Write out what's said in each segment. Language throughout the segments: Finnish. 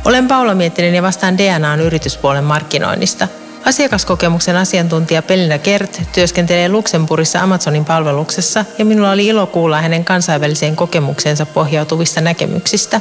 Olen Paula Miettinen ja vastaan DNA:n yrityspuolen markkinoinnista. Asiakaskokemuksen asiantuntija Pelina Kert työskentelee Luxemburgissa Amazonin palveluksessa ja minulla oli ilo kuulla hänen kansainväliseen kokemukseensa pohjautuvista näkemyksistä.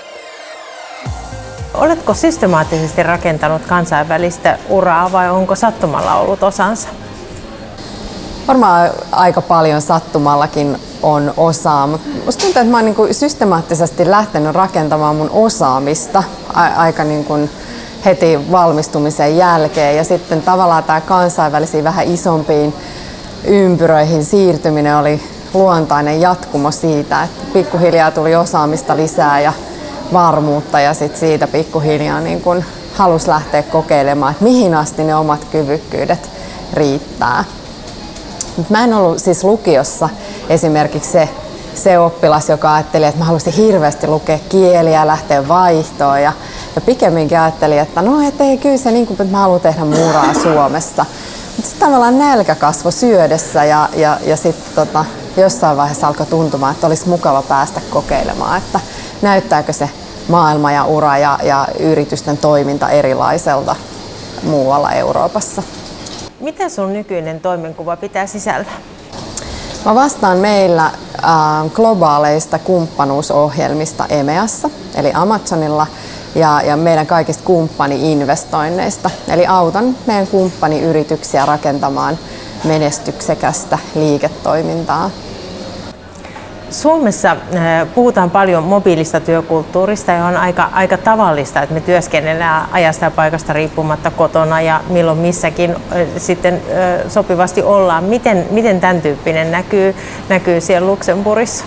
Oletko systemaattisesti rakentanut kansainvälistä uraa vai onko sattumalla ollut osansa? Varmaan aika paljon sattumallakin on osaa, mutta musta tuntuu, että mä oon systemaattisesti lähtenyt rakentamaan mun osaamista aika heti valmistumisen jälkeen. Ja sitten tavallaan tämä kansainvälisiin vähän isompiin ympyröihin siirtyminen oli luontainen jatkumo siitä, että pikkuhiljaa tuli osaamista lisää ja varmuutta ja sitten siitä pikkuhiljaa halusi lähteä kokeilemaan, että mihin asti ne omat kyvykkyydet riittää. Mä en ollut siis lukiossa esimerkiksi se oppilas, joka ajatteli, että mä haluaisin hirveästi lukea kieliä ja lähteä vaihtoon. Ja pikemminkin ajattelin, että ei kyllä se että mä haluan tehdä muraa Suomessa. Mutta sitten tavallaan nälkä kasvoi syödessä ja sitten jossain vaiheessa alkoi tuntumaan, että olisi mukava päästä kokeilemaan, että näyttääkö se maailma ja ura ja yritysten toiminta erilaiselta muualla Euroopassa. Mitä sun nykyinen toimenkuva pitää sisällä? Mä vastaan meillä globaaleista kumppanuusohjelmista EMEAssa, eli Amazonilla, ja meidän kaikista kumppani-investoinneista. Eli autan meidän kumppaniyrityksiä rakentamaan menestyksekästä liiketoimintaa. Suomessa puhutaan paljon mobiilista työkulttuurista ja on aika tavallista, että me työskennellään ajasta ja paikasta riippumatta kotona ja milloin missäkin sitten sopivasti ollaan. Miten tämän tyyppinen näkyy siellä Luxemburgissa?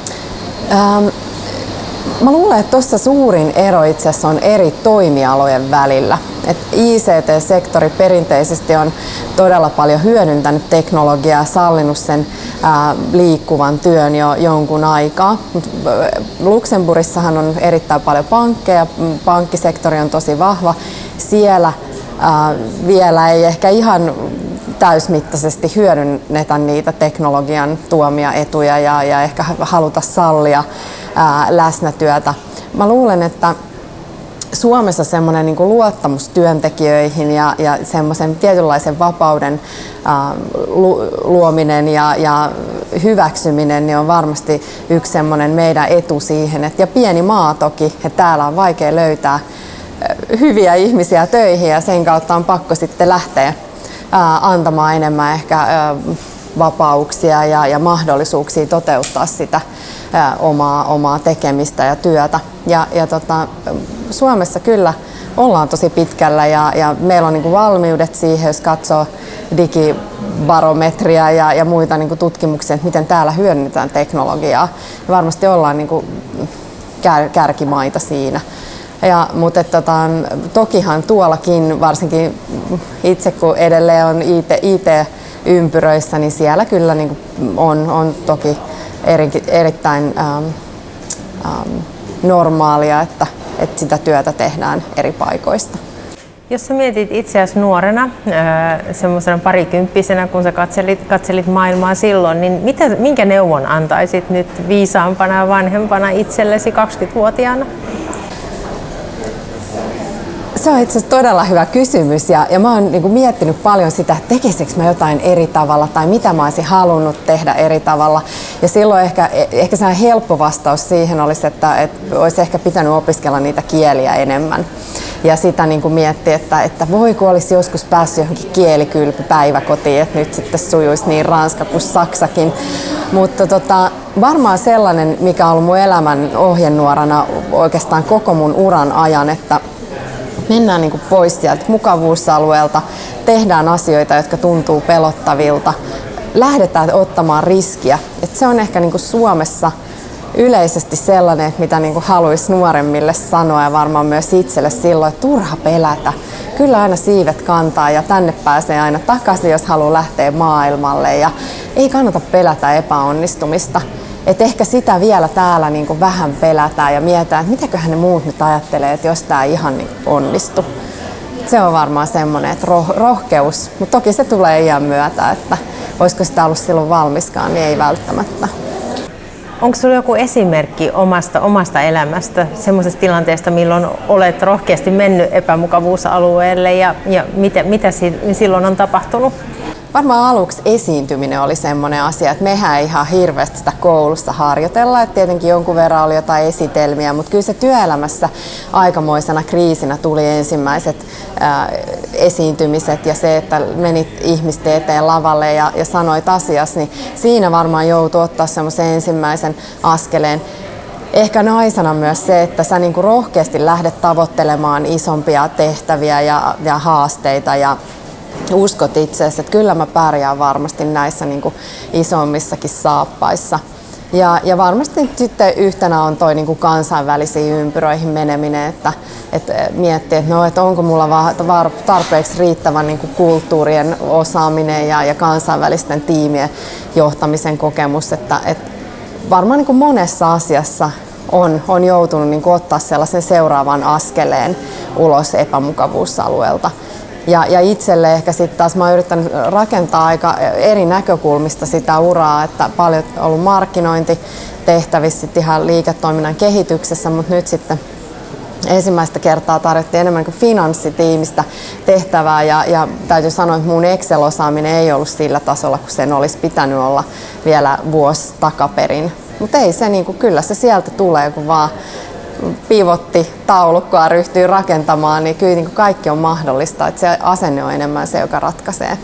Mä luulen, että tuossa suurin ero itse asiassa on eri toimialojen välillä. ICT-sektori perinteisesti on todella paljon hyödyntänyt teknologiaa ja sallinut sen liikkuvan työn jo jonkun aikaa. Luxemburgissahan on erittäin paljon pankkeja, pankkisektori on tosi vahva. Siellä vielä ei ehkä ihan täysmittaisesti hyödynnetä niitä teknologian tuomia etuja ja ehkä haluta sallia läsnätyötä. Mä luulen, että Suomessa semmoinen luottamus työntekijöihin ja semmoisen tietynlaisen vapauden luominen ja hyväksyminen niin on varmasti yksi semmoinen meidän etu siihen. Ja pieni maa toki, että täällä on vaikea löytää hyviä ihmisiä töihin ja sen kautta on pakko sitten lähteä antamaan enemmän ehkä vapauksia ja mahdollisuuksia toteuttaa sitä omaa tekemistä ja työtä. Suomessa kyllä ollaan tosi pitkällä ja meillä on valmiudet siihen, jos katsoo digibarometria ja muita tutkimuksia, että miten täällä hyödynnetään teknologiaa. Ja varmasti ollaan kärkimaita siinä. Mutta tokihan tuollakin, varsinkin itse kun edelleen on IT-ympyröissä, niin siellä kyllä on toki erittäin normaalia, että sitä työtä tehdään eri paikoista. Jos sä mietit itseäsi nuorena, semmoisena parikymppisenä, kun sä katselit maailmaa silloin, niin minkä neuvon antaisit nyt viisaampana ja vanhempana itsellesi 20-vuotiaana? Se on itse asiassa todella hyvä kysymys ja mä oon miettinyt paljon sitä, että tekisikö mä jotain eri tavalla tai mitä mä olisin halunnut tehdä eri tavalla. Ja silloin ehkä sellainen helppo vastaus siihen olisi, että olisi ehkä pitänyt opiskella niitä kieliä enemmän. Ja sitä miettiä, että voi kun olisi joskus päässyt johonkin kielikylpypäiväkotiin, että nyt sitten sujuisi niin ranska kuin saksakin. Mutta varmaan sellainen, mikä on ollut mun elämän ohjenuorana oikeastaan koko mun uran ajan, että mennään pois sieltä mukavuusalueelta, tehdään asioita, jotka tuntuu pelottavilta, lähdetään ottamaan riskiä. Et se on ehkä Suomessa yleisesti sellainen, mitä haluaisi nuoremmille sanoa ja varmaan myös itselle silloin, että turha pelätä. Kyllä aina siivet kantaa ja tänne pääsee aina takaisin, jos haluaa lähteä maailmalle ja ei kannata pelätä epäonnistumista. Et ehkä sitä vielä täällä vähän pelätään ja mietitään, että mitäköhän ne muut nyt ajattelee, että jos tämä ihan onnistu. Se on varmaan semmoinen, että rohkeus, mutta toki se tulee iän myötä, että olisiko sitä ollut silloin valmiskaan, niin ei välttämättä. Onko sinulla joku esimerkki omasta elämästä, semmoisesta tilanteesta, milloin olet rohkeasti mennyt epämukavuusalueelle ja mitä silloin on tapahtunut? Varmaan aluksi esiintyminen oli semmoinen asia, että mehän ei ihan hirveästi sitä koulussa harjoitella. Että tietenkin jonkun verran oli jotain esitelmiä, mutta kyllä se työelämässä aikamoisena kriisinä tuli ensimmäiset esiintymiset ja se, että menit ihmisten eteen lavalle ja sanoit asias, niin siinä varmaan joutui ottaa semmoisen ensimmäisen askeleen. Ehkä naisena myös se, että sä niinku rohkeasti lähdet tavoittelemaan isompia tehtäviä ja haasteita ja uskot itseesi, että kyllä mä pärjään varmasti näissä niinku isommissakin saappaissa. Ja varmasti sitten yhtenä on toi niinku kansainvälisiin ympyröihin meneminen, että miettii, että onko mulla tarpeeksi riittävä niinku kulttuurien osaaminen ja kansainvälisten tiimien johtamisen kokemus, että varmaan niinku monessa asiassa on joutunut niinku ottaa sellaisen seuraavan askeleen ulos epämukavuusalueelta. Ja itselle ehkä sitten taas mä oon yrittänyt rakentaa aika eri näkökulmista sitä uraa, että paljon on ollut markkinointitehtävissä sit ihan liiketoiminnan kehityksessä, mutta nyt sitten ensimmäistä kertaa tarjottiin enemmän kuin finanssitiimistä tehtävää ja täytyy sanoa, että mun Excel-osaaminen ei ollut sillä tasolla, kun sen olisi pitänyt olla vielä vuosi takaperin. Mutta ei se, kyllä se sieltä tulee, kun vaan pivottitaulukkoa ryhtyy rakentamaan, niin kyllä kaikki on mahdollista, että se asenne on enemmän se, joka ratkaisee.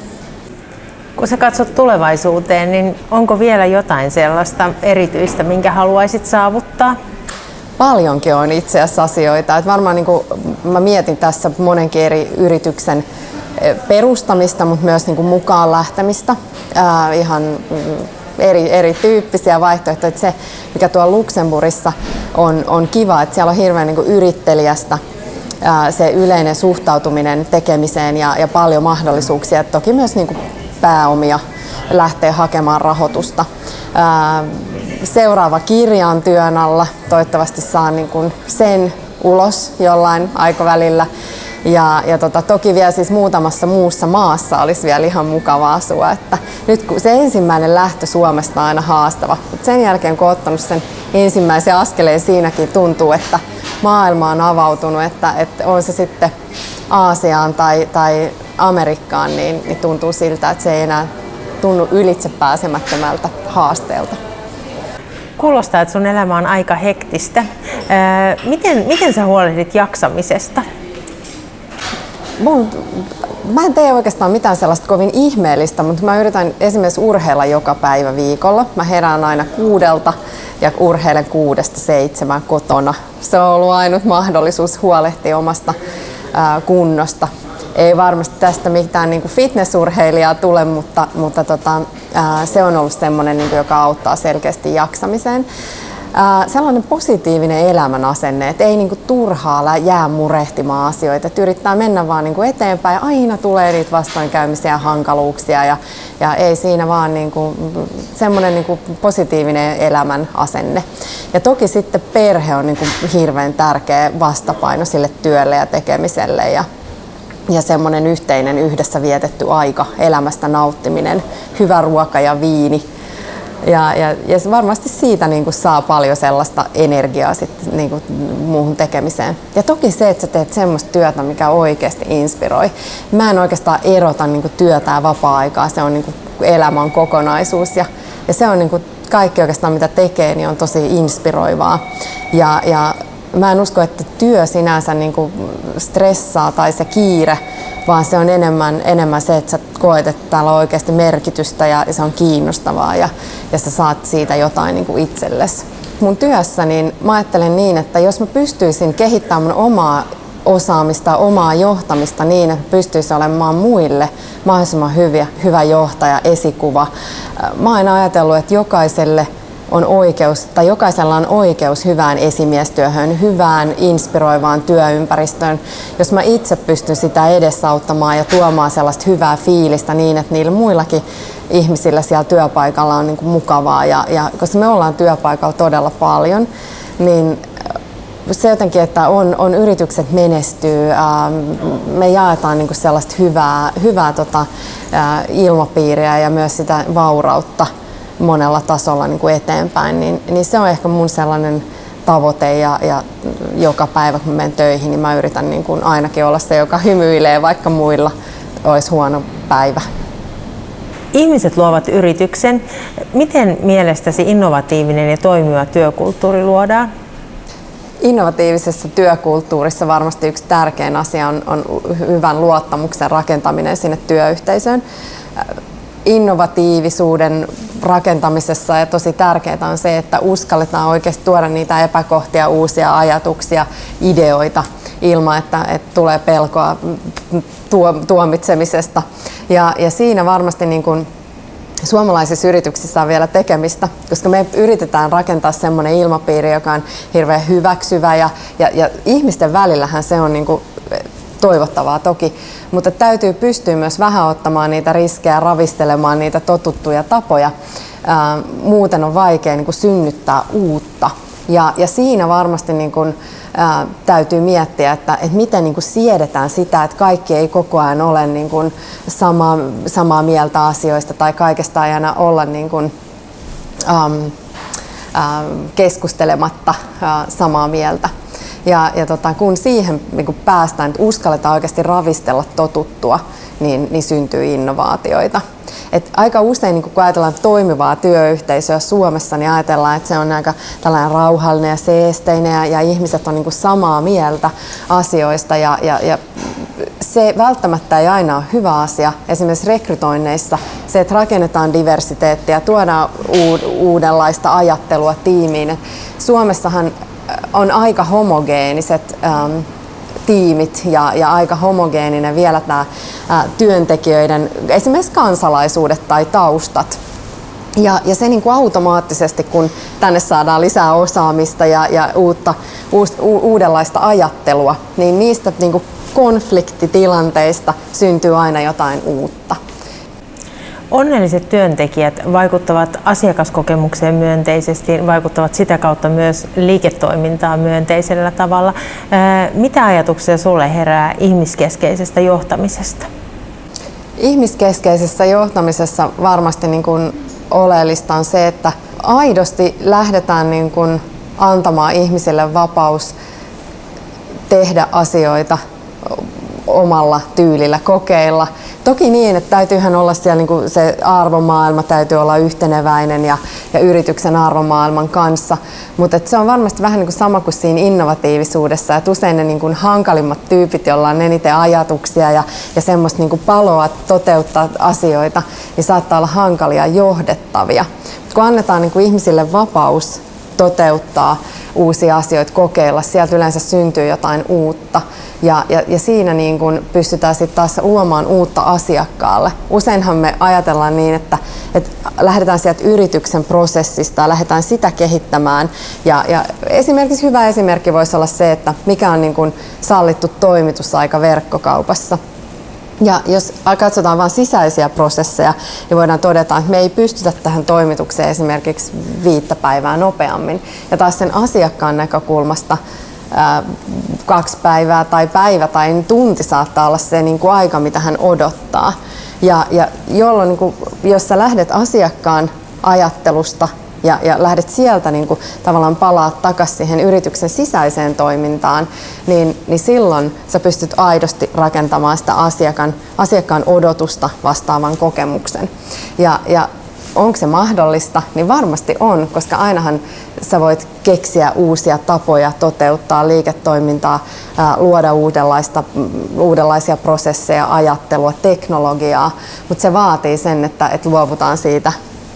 Kun sä katsot tulevaisuuteen, niin onko vielä jotain sellaista erityistä, minkä haluaisit saavuttaa? Paljonkin on itse asiassa asioita. Että varmaan mä mietin tässä monenkin eri yrityksen perustamista, mutta myös mukaan lähtemistä. Ihan erityyppisiä vaihtoehtoja. Että se, mikä tuolla Luxemburgissa on kiva, että siellä on hirveän yritteliästä se yleinen suhtautuminen tekemiseen ja paljon mahdollisuuksia. Toki myös pääomia lähtee hakemaan rahoitusta. Seuraava kirja on työn alla. Toivottavasti saan sen ulos jollain aikavälillä. Ja toki vielä siis muutamassa muussa maassa olisi vielä ihan mukava asua. Että nyt kun se ensimmäinen lähtö Suomesta on aina haastava, mutta sen jälkeen kun ottanut sen ensimmäisen askeleen, siinäkin tuntuu, että maailma on avautunut, että on se sitten Aasiaan tai Amerikkaan, niin tuntuu siltä, että se ei enää tunnu ylitsepääsemättömältä haasteelta. Kuulostaa, että sun elämä on aika hektistä. Miten sä huolehdit jaksamisesta? Mä en tee oikeastaan mitään sellaista kovin ihmeellistä, mutta mä yritän esimerkiksi urheilla joka päivä viikolla. Mä herään aina 6 ja urheilen 6-7 kotona. Se on ollut ainut mahdollisuus huolehtia omasta kunnosta. Ei varmasti tästä mitään fitnessurheilijaa tule, mutta se on ollut semmoinen, joka auttaa selkeästi jaksamiseen. Sellainen positiivinen elämän asenne, että ei turhaa jää murehtimaan asioita, että yrittää mennä vaan eteenpäin. Aina tulee niitä vastoinkäymisiä ja hankaluuksia ja ei siinä vaan semmoinen positiivinen elämän asenne. Ja toki sitten perhe on hirveän tärkeä vastapaino sille työlle ja tekemiselle ja semmoinen yhteinen yhdessä vietetty aika, elämästä nauttiminen, hyvä ruoka ja viini. Ja varmasti siitä saa paljon sellaista energiaa sitten muuhun tekemiseen. Ja toki se, että sä teet semmoista työtä, mikä oikeasti inspiroi. Mä en oikeastaan erota työtä ja vapaa-aikaa, se on elämän kokonaisuus ja se on kaikki oikeastaan mitä tekee, niin on tosi inspiroivaa. Ja mä en usko, että työ sinänsä stressaa tai se kiire, vaan se on enemmän se, että sä koet, että täällä on oikeasti merkitystä ja se on kiinnostavaa ja sä saat siitä jotain itsellesi. Mun työssä niin mä ajattelen niin, että jos mä pystyisin kehittämään mun omaa osaamista, omaa johtamista niin, että pystyisin olemaan muille mahdollisimman hyvä johtaja, esikuva. Mä oon aina ajatellut, että jokaisella on oikeus hyvään esimiestyöhön, hyvään inspiroivaan työympäristöön. Jos mä itse pystyn sitä edesauttamaan ja tuomaan sellaista hyvää fiilistä niin, että niillä muillakin ihmisillä siellä työpaikalla on mukavaa. Ja koska me ollaan työpaikalla todella paljon, niin se jotenkin, että on yritykset menestyy, me jaetaan sellaista hyvää ilmapiiriä ja myös sitä vaurautta. monella tasolla niin kuin eteenpäin, niin se on ehkä mun sellainen tavoite ja joka päivä kun menen töihin, niin mä yritän niin kuin ainakin olla se, joka hymyilee, vaikka muilla olisi huono päivä. Ihmiset luovat yrityksen. Miten mielestäsi innovatiivinen ja toimiva työkulttuuri luodaan? Innovatiivisessa työkulttuurissa varmasti yksi tärkein asia on hyvän luottamuksen rakentaminen sinne työyhteisöön. Innovatiivisuuden rakentamisessa ja tosi tärkeää on se, että uskalletaan oikeasti tuoda niitä epäkohtia, uusia ajatuksia, ideoita ilman, että tulee pelkoa tuomitsemisesta. Ja siinä varmasti niin kuin suomalaisissa yrityksissä on vielä tekemistä, koska me yritetään rakentaa semmoinen ilmapiiri, joka on hirveän hyväksyvä ja ihmisten välillähän se on niin kuin toivottavaa toki, mutta täytyy pystyä myös vähän ottamaan niitä riskejä, ravistelemaan niitä totuttuja tapoja. Muuten on vaikea niin kuin synnyttää uutta. Ja siinä varmasti niin kuin, täytyy miettiä, että miten niin kuin siedetään sitä, että kaikki ei koko ajan ole niin kuin samaa mieltä asioista tai kaikesta aina olla niin kuin, keskustelematta samaa mieltä. Kun siihen niin päästään, että uskalletaan oikeasti ravistella totuttua, niin syntyy innovaatioita. Et aika usein, niin kun ajatellaan toimivaa työyhteisöä Suomessa, niin ajatellaan, että se on aika tällainen rauhallinen ja seesteinen ja ihmiset on niin kuin samaa mieltä asioista. Ja se välttämättä ei aina ole hyvä asia. Esimerkiksi rekrytoinneissa se, että rakennetaan diversiteettiä, tuodaan uudenlaista ajattelua tiimiin. Et Suomessahan on aika homogeeniset tiimit ja aika homogeeninen vielä tämä työntekijöiden esimerkiksi kansalaisuudet tai taustat. Ja se niin kuin automaattisesti, kun tänne saadaan lisää osaamista ja uudenlaista ajattelua, niin niistä niin kuin konfliktitilanteista syntyy aina jotain uutta. Onnelliset työntekijät vaikuttavat asiakaskokemukseen myönteisesti, vaikuttavat sitä kautta myös liiketoimintaan myönteisellä tavalla. Mitä ajatuksia sulle herää ihmiskeskeisestä johtamisesta? Ihmiskeskeisessä johtamisessa varmasti niin kuin oleellista on se, että aidosti lähdetään niin kuin antamaan ihmisille vapaus tehdä asioita omalla tyylillä, kokeilla. Toki niin, että täytyyhän olla siellä niin kuin se arvomaailma täytyy olla yhteneväinen ja yrityksen arvomaailman kanssa, mutta se on varmasti vähän niin kuin sama kuin siinä innovatiivisuudessa, että usein ne niin kuin hankalimmat tyypit, joilla on eniten ajatuksia ja semmoista niin kuin paloa toteuttaa asioita, niin saattaa olla hankalia johdettavia. Mutta kun annetaan niin kuin ihmisille vapaus toteuttaa uusia asioita, kokeilla, sieltä yleensä syntyy jotain uutta. Ja siinä niin kun pystytään sitten taas luomaan uutta asiakkaalle. Useinhan me ajatellaan niin, että lähdetään sieltä yrityksen prosessista ja lähdetään sitä kehittämään. Ja esimerkiksi hyvä esimerkki voisi olla se, että mikä on niin kun sallittu toimitusaika verkkokaupassa. Ja jos katsotaan vain sisäisiä prosesseja, niin voidaan todeta, että me ei pystytä tähän toimitukseen esimerkiksi 5 päivää nopeammin. Ja taas sen asiakkaan näkökulmasta 2 päivää tai päivä tai tunti saattaa olla se niin kuin aika, mitä hän odottaa. Ja jolloin, niin kuin, jos sä lähdet asiakkaan ajattelusta ja lähdet sieltä niin kuin, tavallaan palaa takaisin siihen yrityksen sisäiseen toimintaan, niin silloin sä pystyt aidosti rakentamaan sitä asiakkaan odotusta vastaavan kokemuksen. Ja onko se mahdollista? Niin varmasti on, koska ainahan sä voit keksiä uusia tapoja toteuttaa liiketoimintaa, luoda uudenlaisia prosesseja, ajattelua, teknologiaa, mutta se vaatii sen, että luovutaan siitä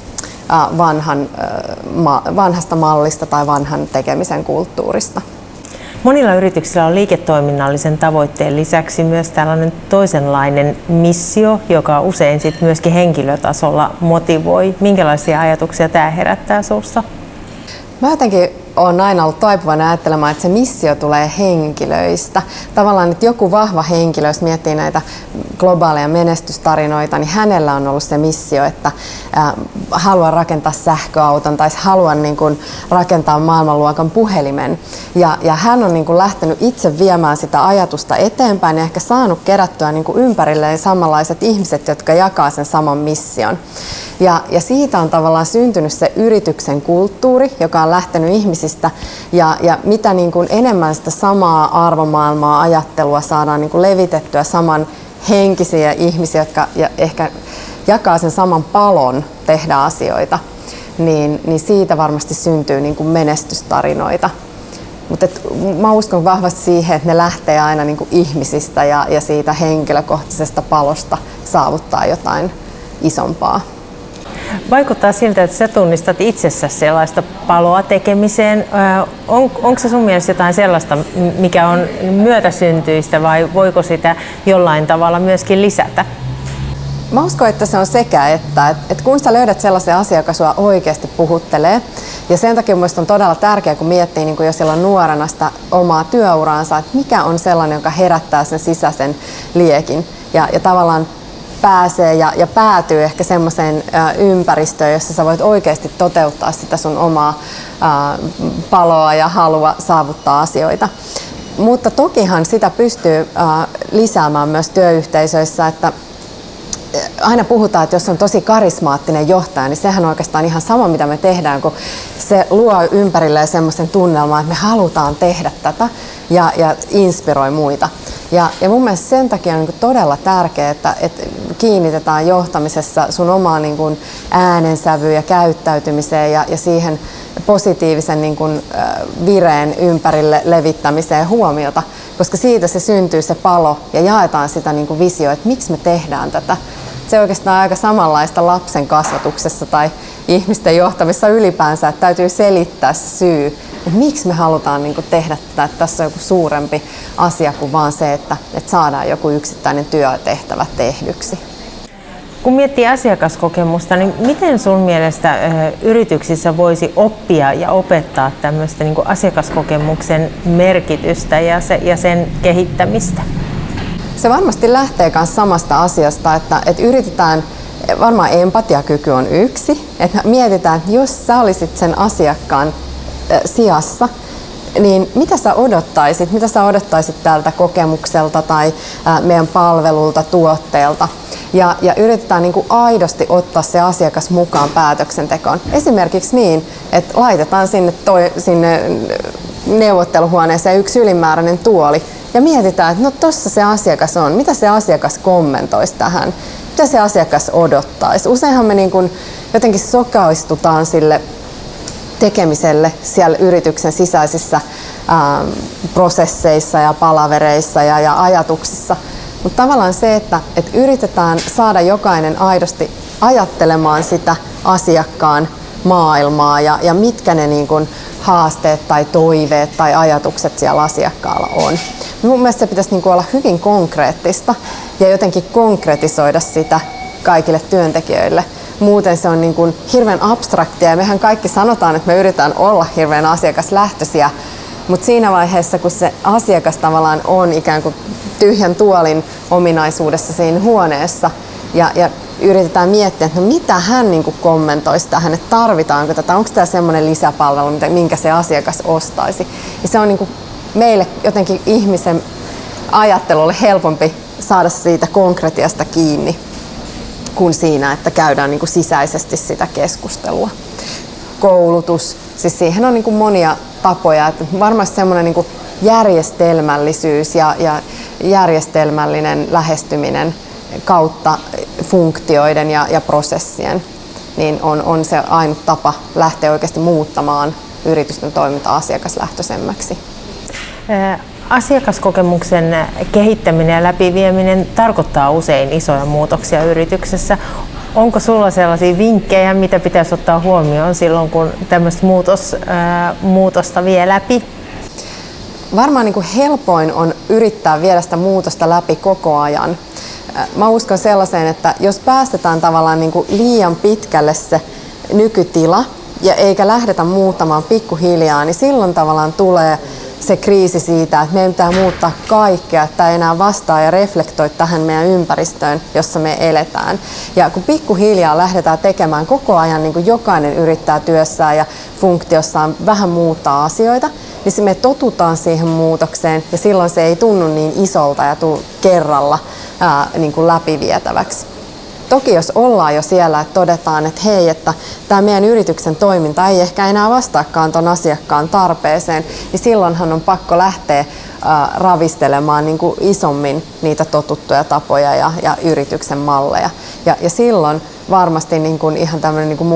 vanhasta mallista tai vanhan tekemisen kulttuurista. Monilla yrityksillä on liiketoiminnallisen tavoitteen lisäksi myös tällainen toisenlainen missio, joka usein sit myöskin henkilötasolla motivoi. Minkälaisia ajatuksia tämä herättää sinussa? Mä jotenkin olen aina ollut taipuvainen ajattelemaan, että se missio tulee henkilöistä. Tavallaan, että joku vahva henkilö, jos miettii näitä globaaleja menestystarinoita, niin hänellä on ollut se missio, että haluan rakentaa sähköauton tai haluan niin kuin rakentaa maailmanluokan puhelimen. Ja hän on niin kuin lähtenyt itse viemään sitä ajatusta eteenpäin ja ehkä saanut kerättyä niin kuin ympärilleen samanlaiset ihmiset, jotka jakaa sen saman mission. Ja siitä on tavallaan syntynyt se yrityksen kulttuuri, joka on lähtenyt ihmisistä, ja mitä niin kuin enemmän sitä samaa arvomaailmaa, ajattelua saadaan niin kuin levitettyä saman henkisiä ihmisiä, jotka ehkä jakaa sen saman palon tehdä asioita, niin siitä varmasti syntyy niin kuin menestystarinoita. Mutta mä uskon vahvasti siihen, että ne lähtee aina niin kuin ihmisistä ja siitä henkilökohtaisesta palosta saavuttaa jotain isompaa. Vaikuttaa siltä, että sä tunnistat itsessäsi sellaista paloa tekemiseen. Onko se sun mielestä jotain sellaista, mikä on myötäsyntyistä vai voiko sitä jollain tavalla myöskin lisätä? Mä uskon, että se on sekä että kun sä löydät sellaisen asian, joka sua oikeasti puhuttelee, ja sen takia mielestäni on todella tärkeää, kun miettii niin kuin jo silloin nuorena sitä omaa työuraansa, että mikä on sellainen, joka herättää sen sisäisen liekin ja tavallaan pääsee ja päätyy ehkä semmoiseen ympäristöön, jossa sä voit oikeasti toteuttaa sitä sun omaa paloa ja halua saavuttaa asioita. Mutta tokihan sitä pystyy lisäämään myös työyhteisöissä, että aina puhutaan, että jos on tosi karismaattinen johtaja, niin sehän on oikeastaan ihan sama, mitä me tehdään, kun se luo ympärilleen semmoisen tunnelman, että me halutaan tehdä tätä ja inspiroi muita. Ja mun mielestä sen takia on niin kuin todella tärkeää, että kiinnitetään johtamisessa sun omaan niin kuin äänensävyyn ja käyttäytymiseen ja siihen positiivisen niin kuin vireen ympärille levittämiseen huomiota, koska siitä se syntyy se palo ja jaetaan sitä niin kuin visioa, että miksi me tehdään tätä. Se on oikeastaan aika samanlaista lapsen kasvatuksessa tai ihmisten johtamisessa ylipäänsä, että täytyy selittää se syy, että miksi me halutaan niin kuin tehdä tätä, että tässä on joku suurempi asia kuin vaan se, että saadaan joku yksittäinen työtehtävä tehdyksi. Kun miettii asiakaskokemusta, niin miten sun mielestä yrityksissä voisi oppia ja opettaa tämmöistä niin kuin asiakaskokemuksen merkitystä ja sen kehittämistä? Se varmasti lähtee myös samasta asiasta, että yritetään, varmaan empatiakyky on yksi, että mietitään, että jos sä olisit sen asiakkaan sijassa, niin mitä sä odottaisit tältä kokemukselta tai meidän palvelulta, tuotteelta. Ja yritetään niin kuin aidosti ottaa se asiakas mukaan päätöksentekoon. Esimerkiksi niin, että laitetaan sinne neuvotteluhuoneeseen yksi ylimääräinen tuoli ja mietitään, että no tossa se asiakas on, mitä se asiakas kommentoisi tähän, mitä se asiakas odottaisi. Useinhan me niin kuin jotenkin sokaistutaan sille tekemiselle siellä yrityksen sisäisissä prosesseissa ja palavereissa ja ajatuksissa. Mutta tavallaan se, että yritetään saada jokainen aidosti ajattelemaan sitä asiakkaan maailmaa ja mitkä ne niin kuin haasteet tai toiveet tai ajatukset siellä asiakkaalla on. Mun mielestä se pitäisi niin kuin olla hyvin konkreettista ja jotenkin konkretisoida sitä kaikille työntekijöille. Muuten se on niin kuin hirveän abstraktia ja mehän kaikki sanotaan, että me yritetään olla hirveän asiakaslähtöisiä, mutta siinä vaiheessa, kun se asiakas tavallaan on ikään kuin tyhjän tuolin ominaisuudessa siinä huoneessa ja yritetään miettiä, että no mitä hän niin kuin kommentoisi tähän, että tarvitaanko tätä, onko tämä semmoinen lisäpalvelu, minkä se asiakas ostaisi. Ja se on niin kuin meille jotenkin ihmisen ajattelulle helpompi saada siitä konkretiasta kiinni kuin siinä, että käydään niin kuin sisäisesti sitä keskustelua. Koulutus, siis siihen on niin kuin monia tapoja, että varmasti semmoinen niin kuin järjestelmällisyys ja järjestelmällinen lähestyminen kautta funktioiden ja prosessien, niin on se ainut tapa lähteä oikeasti muuttamaan yritysten toimintaa asiakaslähtöisemmäksi. Asiakaskokemuksen kehittäminen ja läpivieminen tarkoittaa usein isoja muutoksia yrityksessä. Onko sulla sellaisia vinkkejä, mitä pitäisi ottaa huomioon silloin, kun tämmöistä muutosta vie läpi? Varmaan niin kuin helpoin on yrittää viedä sitä muutosta läpi koko ajan. Mä uskon sellaiseen, että jos päästetään tavallaan niin kuin liian pitkälle se nykytila ja eikä lähdetä muuttamaan pikkuhiljaa, niin silloin tavallaan tulee se kriisi siitä, että meidän pitää muuttaa kaikkea, että tämä ei enää vastaa ja reflektoi tähän meidän ympäristöön, jossa me eletään. Ja kun pikkuhiljaa lähdetään tekemään koko ajan, niin kuin jokainen yrittää työssään ja funktiossaan vähän muuttaa asioita, niin me totutaan siihen muutokseen ja silloin se ei tunnu niin isolta ja tule kerralla niin kuin läpivietäväksi. Toki jos ollaan jo siellä, että todetaan, että hei, että tämä meidän yrityksen toiminta ei ehkä enää vastaakaan ton asiakkaan tarpeeseen, niin silloinhan on pakko lähteä ravistelemaan niin kuin isommin niitä totuttuja tapoja ja yrityksen malleja. Ja silloin varmasti niin kuin ihan tämmöinen niin kuin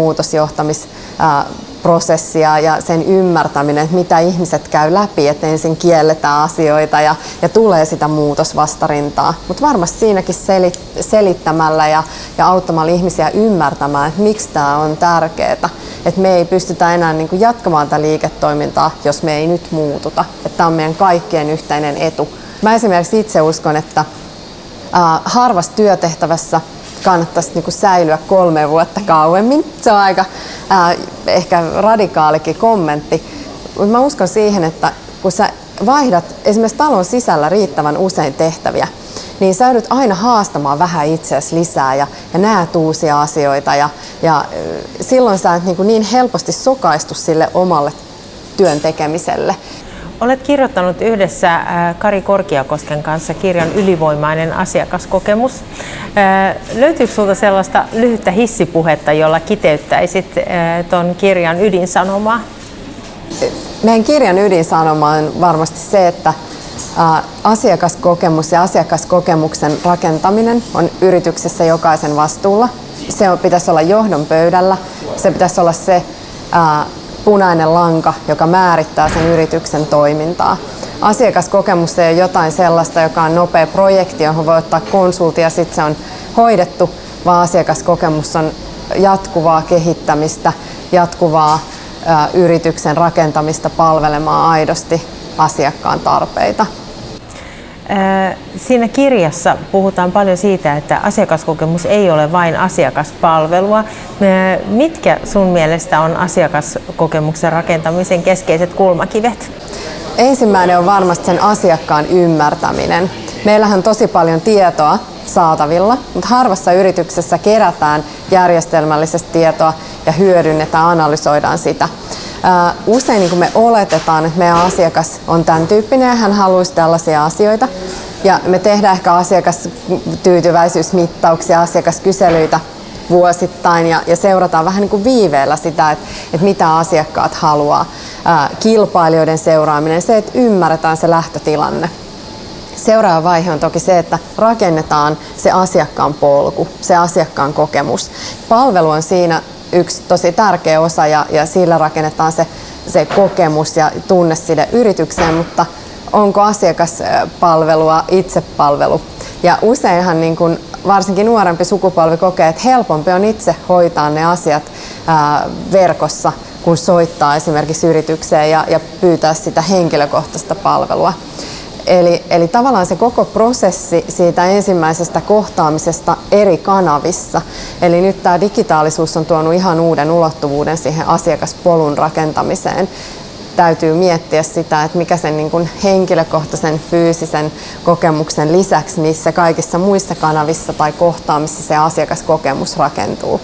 muutosjohtamisprosessia ja sen ymmärtäminen, että mitä ihmiset käy läpi, että ensin kielletään asioita ja tulee sitä muutosvastarintaa. Mutta varmasti siinäkin selittämällä ja auttamalla ihmisiä ymmärtämään, että miksi tämä on tärkeää. Että me ei pystytä enää niin kuin jatkamaan tätä liiketoimintaa, jos me ei nyt muututa. Että tämä on meidän kaikkien yhteinen etu. Mä esimerkiksi itse uskon, että harvassa työtehtävässä kannattaisi niin kuin säilyä 3 vuotta kauemmin. Se on aika ehkä radikaalikin kommentti. Mutta mä uskon siihen, että kun sä vaihdat esimerkiksi talon sisällä riittävän usein tehtäviä, niin sä joudut aina haastamaan vähän itseäsi lisää ja näet uusia asioita. Ja silloin sä et niin helposti sokaistu sille omalle työn tekemiselle. Olet kirjoittanut yhdessä Kari Korkiakosken kanssa kirjan Ylivoimainen asiakaskokemus. Löytyykö sinulta sellaista lyhyttä hissipuhetta, jolla kiteyttäisit tuon kirjan ydinsanomaa? Meidän kirjan ydinsanoma on varmasti se, että asiakaskokemus ja asiakaskokemuksen rakentaminen on yrityksessä jokaisen vastuulla. Se pitäisi olla johdon pöydällä. Se pitäisi olla se punainen lanka, joka määrittää sen yrityksen toimintaa. Asiakaskokemus ei ole jotain sellaista, joka on nopea projekti, johon voi ottaa konsultia ja sitten se on hoidettu, vaan asiakaskokemus on jatkuvaa kehittämistä, jatkuvaa yrityksen rakentamista palvelemaan aidosti asiakkaan tarpeita. Siinä kirjassa puhutaan paljon siitä, että asiakaskokemus ei ole vain asiakaspalvelua. Mitkä sun mielestä on asiakaskokemuksen rakentamisen keskeiset kulmakivet? Ensimmäinen on varmasti sen asiakkaan ymmärtäminen. Meillähän on tosi paljon tietoa saatavilla, mutta harvassa yrityksessä kerätään järjestelmällisesti tietoa ja hyödynnetään, analysoidaan sitä. Usein niin me oletetaan, että meidän asiakas on tämän tyyppinen ja hän haluaisi tällaisia asioita. Ja me tehdään ehkä asiakastyytyväisyysmittauksia, asiakaskyselyitä vuosittain ja seurataan vähän niin kuin viiveellä sitä, että mitä asiakkaat haluaa. Kilpailijoiden seuraaminen, se, että ymmärretään se lähtötilanne. Seuraava vaihe on toki se, että rakennetaan se asiakkaan polku, se asiakkaan kokemus. Palvelu on siinä yksi tosi tärkeä osa ja sillä rakennetaan se kokemus ja tunneside yritykseen, mutta onko asiakaspalvelua itsepalvelu? Ja useinhan niin kun varsinkin nuorempi sukupolvi kokee, että helpompi on itse hoitaa ne asiat verkossa, kun soittaa esimerkiksi yritykseen ja pyytää sitä henkilökohtaista palvelua. Eli tavallaan se koko prosessi siitä ensimmäisestä kohtaamisesta eri kanavissa. Eli nyt tämä digitaalisuus on tuonut ihan uuden ulottuvuuden siihen asiakaspolun rakentamiseen. Täytyy miettiä sitä, että mikä sen niin kuin henkilökohtaisen fyysisen kokemuksen lisäksi niissä kaikissa muissa kanavissa tai kohtaamissa se asiakaskokemus rakentuu.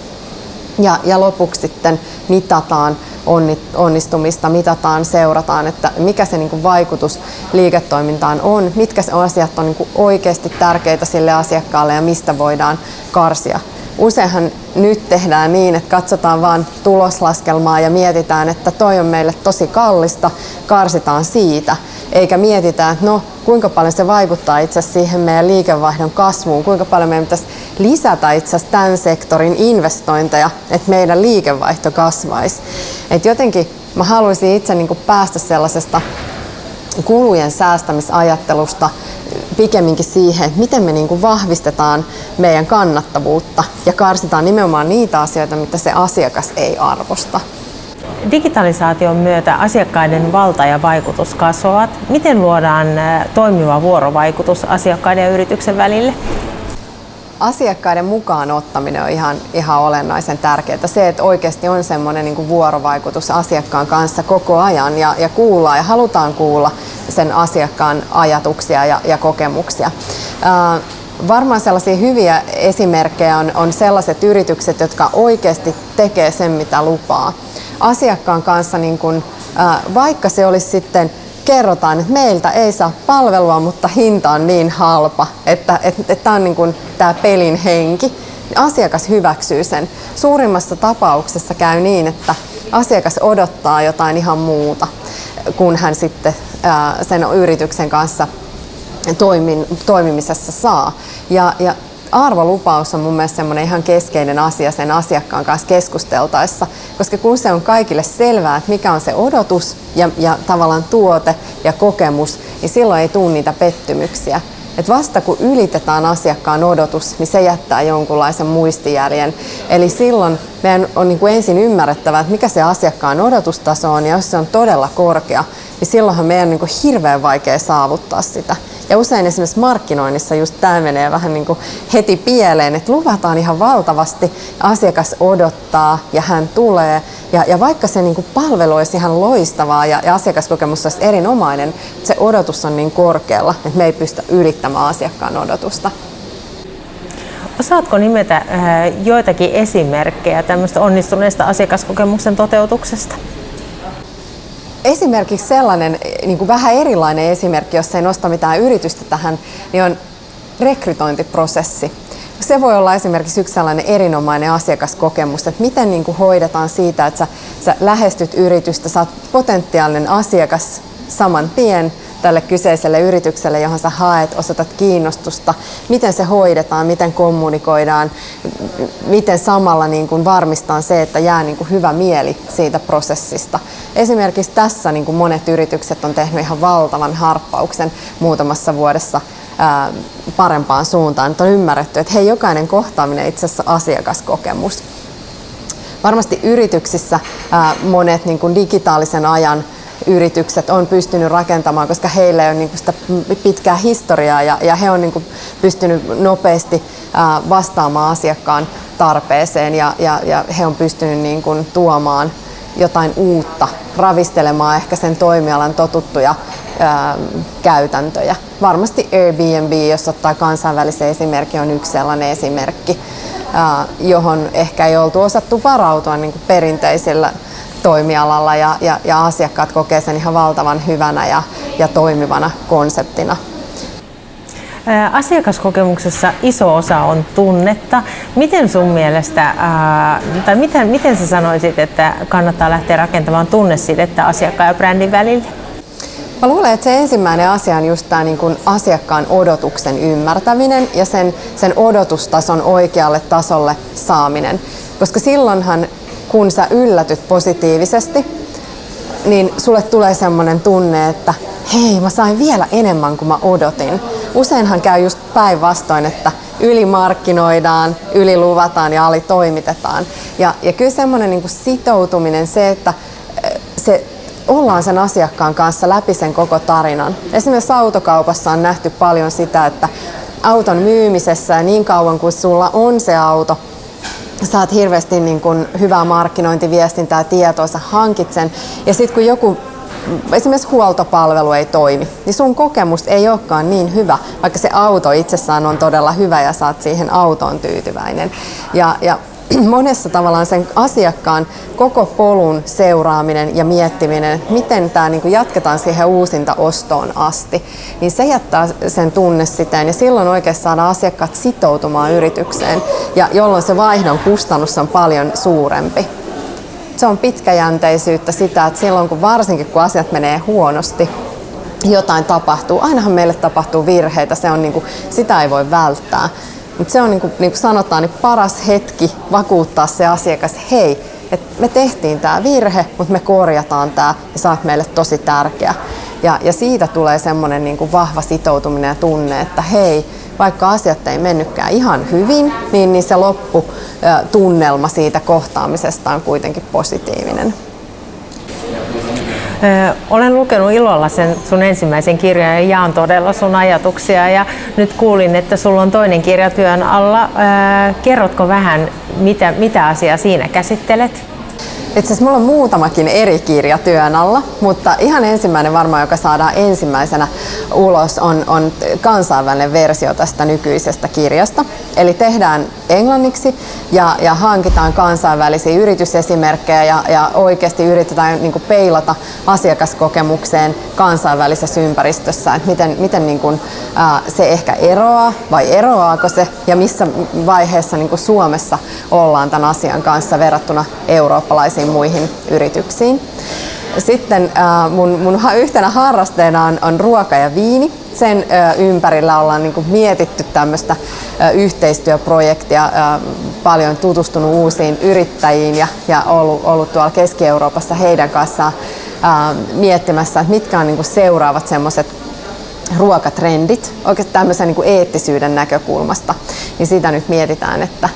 Ja lopuksi sitten mitataan onnistumista, mitataan, seurataan, että mikä se niin kuin vaikutus liiketoimintaan on, mitkä asiat on niin kuin oikeasti tärkeitä sille asiakkaalle ja mistä voidaan karsia. Useinhan nyt tehdään niin, että katsotaan vain tuloslaskelmaa ja mietitään, että toi on meille tosi kallista, karsitaan siitä, eikä mietitä, että no kuinka paljon se vaikuttaa itse asiassa siihen meidän liikevaihdon kasvuun, kuinka paljon meidän pitäisi lisätä itse asiassa tämän sektorin investointeja, että meidän liikevaihto kasvaisi. Et jotenkin mä haluaisin itse niin kuin päästä sellaisesta kulujen säästämisajattelusta pikemminkin siihen, että miten me niin kuin vahvistetaan meidän kannattavuutta ja karsitaan nimenomaan niitä asioita, mitä se asiakas ei arvosta. Digitalisaation myötä asiakkaiden valta ja vaikutus kasvavat. Miten luodaan toimiva vuorovaikutus asiakkaiden ja yrityksen välille? asiakkaiden mukaan ottaminen on ihan olennaisen tärkeää. Se, että oikeasti on semmoinen niin kuin vuorovaikutus asiakkaan kanssa koko ajan ja kuullaan ja halutaan kuulla sen asiakkaan ajatuksia ja kokemuksia. Varmaan sellaisia hyviä esimerkkejä on sellaiset yritykset, jotka oikeasti tekee sen, mitä lupaa. Asiakkaan kanssa, niin kun, vaikka se olisi sitten, kerrotaan, että meiltä ei saa palvelua, mutta hinta on niin halpa, että tämä on niin kun tämä pelin henki. Asiakas hyväksyy sen. Suurimmassa tapauksessa käy niin, että asiakas odottaa jotain ihan muuta, kun hän sitten sen yrityksen kanssa toimimisessa saa. Ja arvolupaus on mun mielestä semmoinen ihan keskeinen asia sen asiakkaan kanssa keskusteltaessa, koska kun se on kaikille selvää, että mikä on se odotus ja tavallaan tuote ja kokemus, niin silloin ei tule niitä pettymyksiä. Et vasta kun ylitetään asiakkaan odotus, niin se jättää jonkunlaisen muistijäljen. Eli silloin meidän on niin kuin ensin ymmärrettävä, että mikä se asiakkaan odotustaso on, ja jos se on todella korkea, niin silloinhan meidän on niin kuin hirveän vaikea saavuttaa sitä. Ja usein esimerkiksi markkinoinnissa just tämä menee vähän niin kuin heti pieleen, että luvataan ihan valtavasti, asiakas odottaa ja hän tulee. Ja vaikka se niin kuin palvelu olisi ihan loistavaa ja asiakaskokemus olisi erinomainen, se odotus on niin korkealla, että me ei pysty ylittämään asiakkaan odotusta. Osaatko nimetä joitakin esimerkkejä tämmöistä onnistuneesta asiakaskokemuksen toteutuksesta? Esimerkiksi sellainen niin kuin vähän erilainen esimerkki, jos ei nosta mitään yritystä tähän, niin on rekrytointiprosessi. Se voi olla esimerkiksi yksi sellainen erinomainen asiakaskokemus, että miten niin kuin hoidetaan siitä, että sä lähestyt yritystä, sä oot potentiaalinen asiakas saman tien tälle kyseiselle yritykselle, johon sä haet, osoitat kiinnostusta, miten se hoidetaan, miten kommunikoidaan, miten samalla niin kuin varmistaa se, että jää niin kuin hyvä mieli siitä prosessista. Esimerkiksi tässä niin kuin monet yritykset on tehnyt ihan valtavan harppauksen muutamassa vuodessa parempaan suuntaan. Nyt on ymmärretty, että hei, jokainen kohtaaminen itse asiassa asiakaskokemus. Varmasti yrityksissä monet niin kuin digitaalisen ajan yritykset on pystynyt rakentamaan, koska heillä on niin kuin sitä pitkää historiaa ja he on niin kuin pystynyt nopeasti vastaamaan asiakkaan tarpeeseen ja he on pystynyt niin kuin tuomaan jotain uutta, ravistelemaan ehkä sen toimialan totuttuja käytäntöjä. Varmasti Airbnb, jos ottaa kansainvälisen esimerkin, on yksi sellainen esimerkki, johon ehkä ei oltu osattu varautua niin kuin perinteisellä toimialalla ja asiakkaat kokee sen ihan valtavan hyvänä ja toimivana konseptina. Asiakaskokemuksessa iso osa on tunnetta. Miten sun mielestä, tai miten sä sanoisit, että kannattaa lähteä rakentamaan tunnesidettä asiakkaan ja brändin välille? Mä luulen, että se ensimmäinen asia on just tämä niin kuin asiakkaan odotuksen ymmärtäminen ja sen odotustason oikealle tasolle saaminen. Koska silloinhan, kun sä yllätyt positiivisesti, niin sulle tulee semmoinen tunne, että hei, mä sain vielä enemmän kuin mä odotin. Useinhan käy just päinvastoin, että ylimarkkinoidaan, yliluvataan ja alitoimitetaan. Ja kyllä semmoinen niin kuin sitoutuminen, se, että ollaan sen asiakkaan kanssa läpi sen koko tarinan. Esimerkiksi autokaupassa on nähty paljon sitä, että auton myymisessä ja niin kauan kuin sulla on se auto, saat hirveästi niin kuin hyvää markkinointiviestintää, tietoa, sä hankit sen. Ja sitten kun joku esimerkiksi huoltopalvelu ei toimi, niin sun kokemus ei olekaan niin hyvä, vaikka se auto itsessään on todella hyvä ja sä oot siihen autoon tyytyväinen. Ja monessa tavallaan sen asiakkaan koko polun seuraaminen ja miettiminen, että miten tämä niin kuin jatketaan siihen uusintaostoon asti, niin se jättää sen tunnesiteen ja silloin oikeasti saadaan asiakkaat sitoutumaan yritykseen, ja jolloin se vaihdon kustannus on paljon suurempi. Se on pitkäjänteisyyttä sitä, että silloin varsinkin kun asiat menee huonosti, jotain tapahtuu. Ainahan meille tapahtuu virheitä, se on niin kuin, sitä ei voi välttää. Mutta se on niin kuin sanotaan, niin paras hetki vakuuttaa se asiakas, hei, että me tehtiin tämä virhe, mutta me korjataan tämä ja sä oot meille tosi tärkeä. Ja siitä tulee semmoinen niin kuin vahva sitoutuminen ja tunne, että hei, vaikka asiat ei mennytkään ihan hyvin, niin se lopputunnelma siitä kohtaamisesta on kuitenkin positiivinen. Olen lukenut ilolla sen sun ensimmäisen kirjan ja jaan todella sun ajatuksia ja nyt kuulin, että sulla on toinen kirja työn alla. Kerrotko vähän, mitä asiaa siinä käsittelet? Itse asiassa mulla on muutamakin eri kirja työn alla, mutta ihan ensimmäinen varmaan, joka saadaan ensimmäisenä ulos, on kansainvälinen versio tästä nykyisestä kirjasta. Eli tehdään englanniksi ja hankitaan kansainvälisiä yritysesimerkkejä ja oikeasti yritetään niin kuin peilata asiakaskokemukseen kansainvälisessä ympäristössä, että miten niin kuin, se ehkä eroaa vai eroaako se ja missä vaiheessa niin kuin Suomessa ollaan tämän asian kanssa verrattuna eurooppalaisiin muihin yrityksiin. Sitten mun yhtenä harrasteena on ruoka ja viini. Sen ympärillä ollaan niin kuin mietitty tämmöistä yhteistyöprojektia, paljon tutustunut uusiin yrittäjiin ja ollut tuolla Keski-Euroopassa heidän kanssaan miettimässä, että mitkä on niin kuin seuraavat semmoiset ruokatrendit oikeastaan tämmöisen niin kuin eettisyyden näkökulmasta. Niin sitä nyt mietitään, että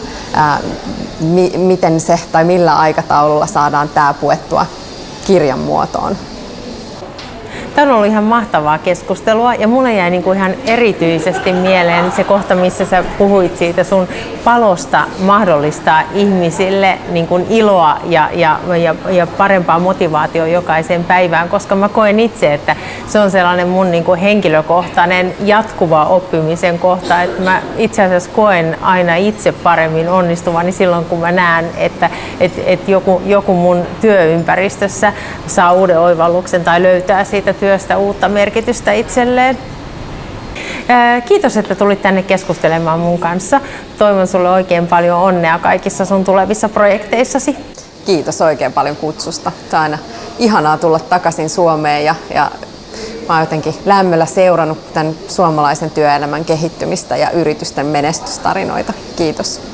miten se tai millä aikataululla saadaan tämä puettua kirjan muotoon. Tämä on ollut ihan mahtavaa keskustelua ja mulle jäi niin kuin ihan erityisesti mieleen se kohta, missä sä puhuit siitä sun palosta mahdollistaa ihmisille niin kuin iloa ja parempaa motivaatiota jokaiseen päivään, koska mä koen itse, että se on sellainen mun niin kuin henkilökohtainen jatkuva oppimisen kohta, että mä itse asiassa koen aina itse paremmin onnistuvani silloin, kun mä näen, että joku mun työympäristössä saa uuden oivalluksen tai löytää siitä työstä uutta merkitystä itselleen. Kiitos, että tulit tänne keskustelemaan mun kanssa. Toivon sulle oikein paljon onnea kaikissa sun tulevissa projekteissasi. Kiitos oikein paljon kutsusta. Se on aina ihanaa tulla takaisin Suomeen ja mä oon jotenkin lämmöllä seurannut tämän suomalaisen työelämän kehittymistä ja yritysten menestystarinoita. Kiitos.